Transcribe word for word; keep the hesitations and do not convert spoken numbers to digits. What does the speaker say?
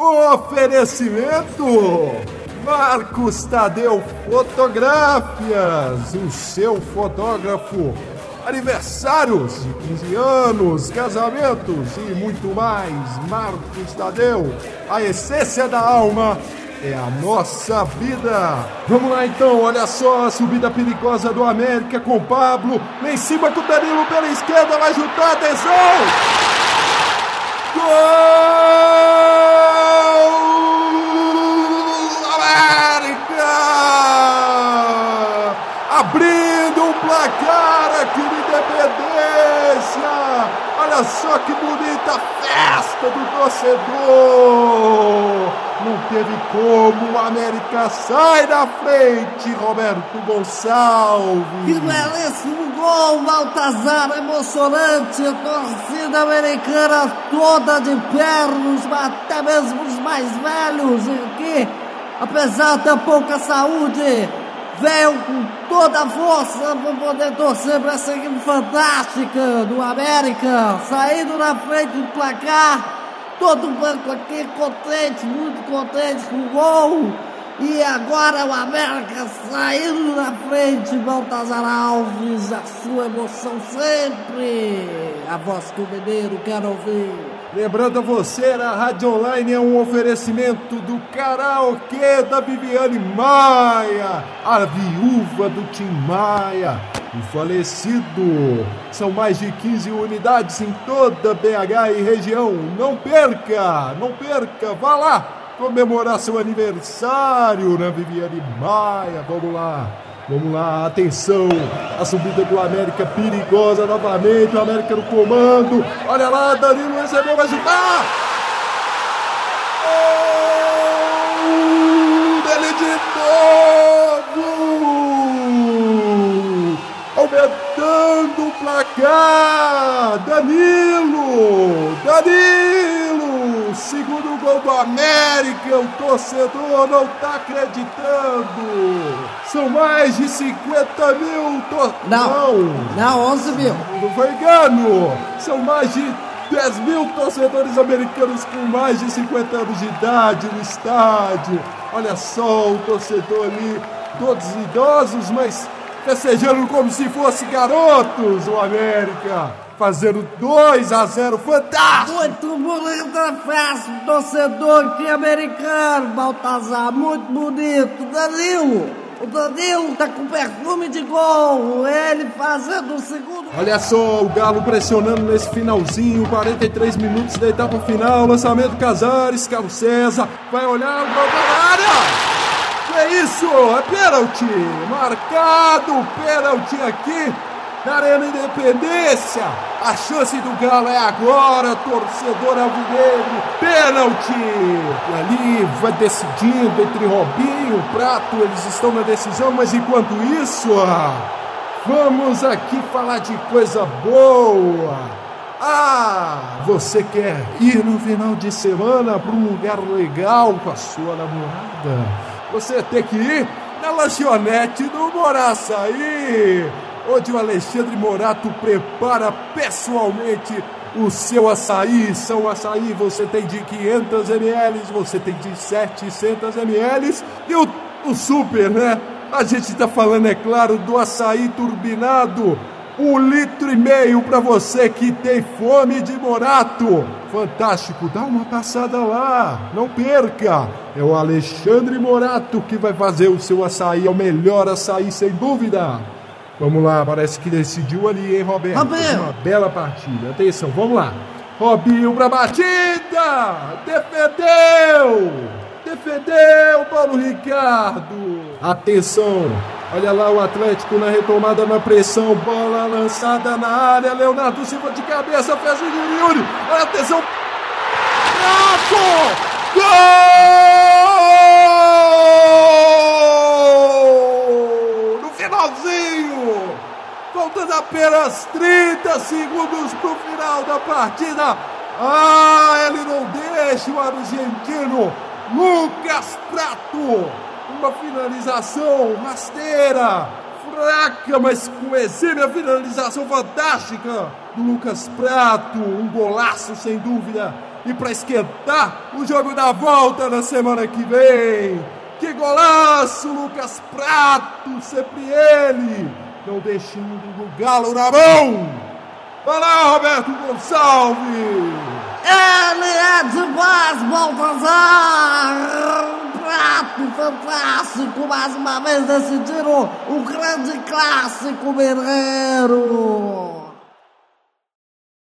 Oferecimento Marcos Tadeu Fotográfias, o seu fotógrafo. Aniversários de quinze anos, casamentos e muito mais. Marcos Tadeu, a essência da alma é a nossa vida. Vamos lá então, olha só a subida perigosa do América com Pablo. Lá em cima com o Danilo pela esquerda, vai juntar, atenção! Gol! América! Abrindo o placar aqui de Independência. Olha só que bonita festa do torcedor. Não teve como, o América sai na frente, Roberto Gonçalves. Que belíssimo gol, Baltazar, emocionante, a torcida americana toda de pernos, até mesmo os mais velhos aqui, apesar de ter pouca saúde, veio com toda a força para poder torcer para essa equipe fantástica do América, saindo na frente do placar. Todo o banco aqui contente, muito contente com o gol. E agora o América saindo na frente, Baltazar Alves, a sua emoção sempre. A voz que o mineiro quer ouvir. Lembrando a você, a Rádio Online é um oferecimento do karaokê da Viviane Maia, a viúva do Tim Maia, o falecido. São mais de quinze unidades em toda B H e região. Não perca, não perca, vá lá comemorar seu aniversário na Viviane Maia. Vamos lá. Vamos lá, atenção, a subida do América perigosa novamente, o América no comando, olha lá, Danilo recebeu, vai chutar! Gol dele de novo! Aumentando o placar, Danilo, Danilo, segundo gol do América, o torcedor não está acreditando. São mais de cinquenta mil torcedores. Não, não, onze mil. Não foi engano. São mais de dez mil torcedores americanos com mais de cinquenta anos de idade no estádio. Olha só o torcedor ali, todos idosos, mas festejando como se fossem garotos. O América fazendo dois a zero, fantástico! Muito bonita festa, torcedor aqui americano, Baltazar, muito bonito. Danilo, o Danilo tá com perfume de gol, ele fazendo o segundo. Olha só o Galo pressionando nesse finalzinho, quarenta e três minutos da etapa final, lançamento Casares, Carlos César, vai olhar o gol da área! É isso, é pênalti, marcado, pênalti aqui na Arena Independência. A chance do Galo é agora, torcedor alvinegro, pênalti. E ali vai decidindo entre Robinho e Prato, eles estão na decisão, mas enquanto isso, vamos aqui falar de coisa boa. Ah, você quer ir no final de semana para um lugar legal com a sua namorada? Você tem que ir na lanchonete do Moraçaí, onde o Alexandre Morato prepara pessoalmente o seu açaí. São açaí, você tem de quinhentos mililitros, você tem de setecentos mililitros e o, o super, né? A gente tá falando, é claro, do açaí turbinado, um litro e meio para você que tem fome de Morato. Fantástico, dá uma passada lá, não perca. É o Alexandre Morato que vai fazer o seu açaí, é o melhor açaí sem dúvida. Vamos lá, parece que decidiu ali, hein, Roberto? Robinho. Uma bela partida. Atenção, vamos lá. Robinho pra batida! Defendeu! Defendeu, Paulo Ricardo! Atenção! Olha lá o Atlético na retomada, na pressão. Bola lançada na área. Leonardo Silva de cabeça, fez o Yuri. Olha, atenção! Prato! Gol! No finalzinho! Faltando apenas trinta segundos para o final da partida. Ah, ele não deixa o argentino Lucas Prato. Uma finalização rasteira, fraca, mas com exímia finalização fantástica do Lucas Prato. Um golaço, sem dúvida. e para esquentar o jogo da volta na semana que vem. Que golaço, Lucas Prato, sempre ele, não deixando o Galo na mão. Vai lá, Roberto Gonçalves. Ele é demais, Baltazar. Um prato fantástico, mais uma vez decidiram o grande clássico mineiro.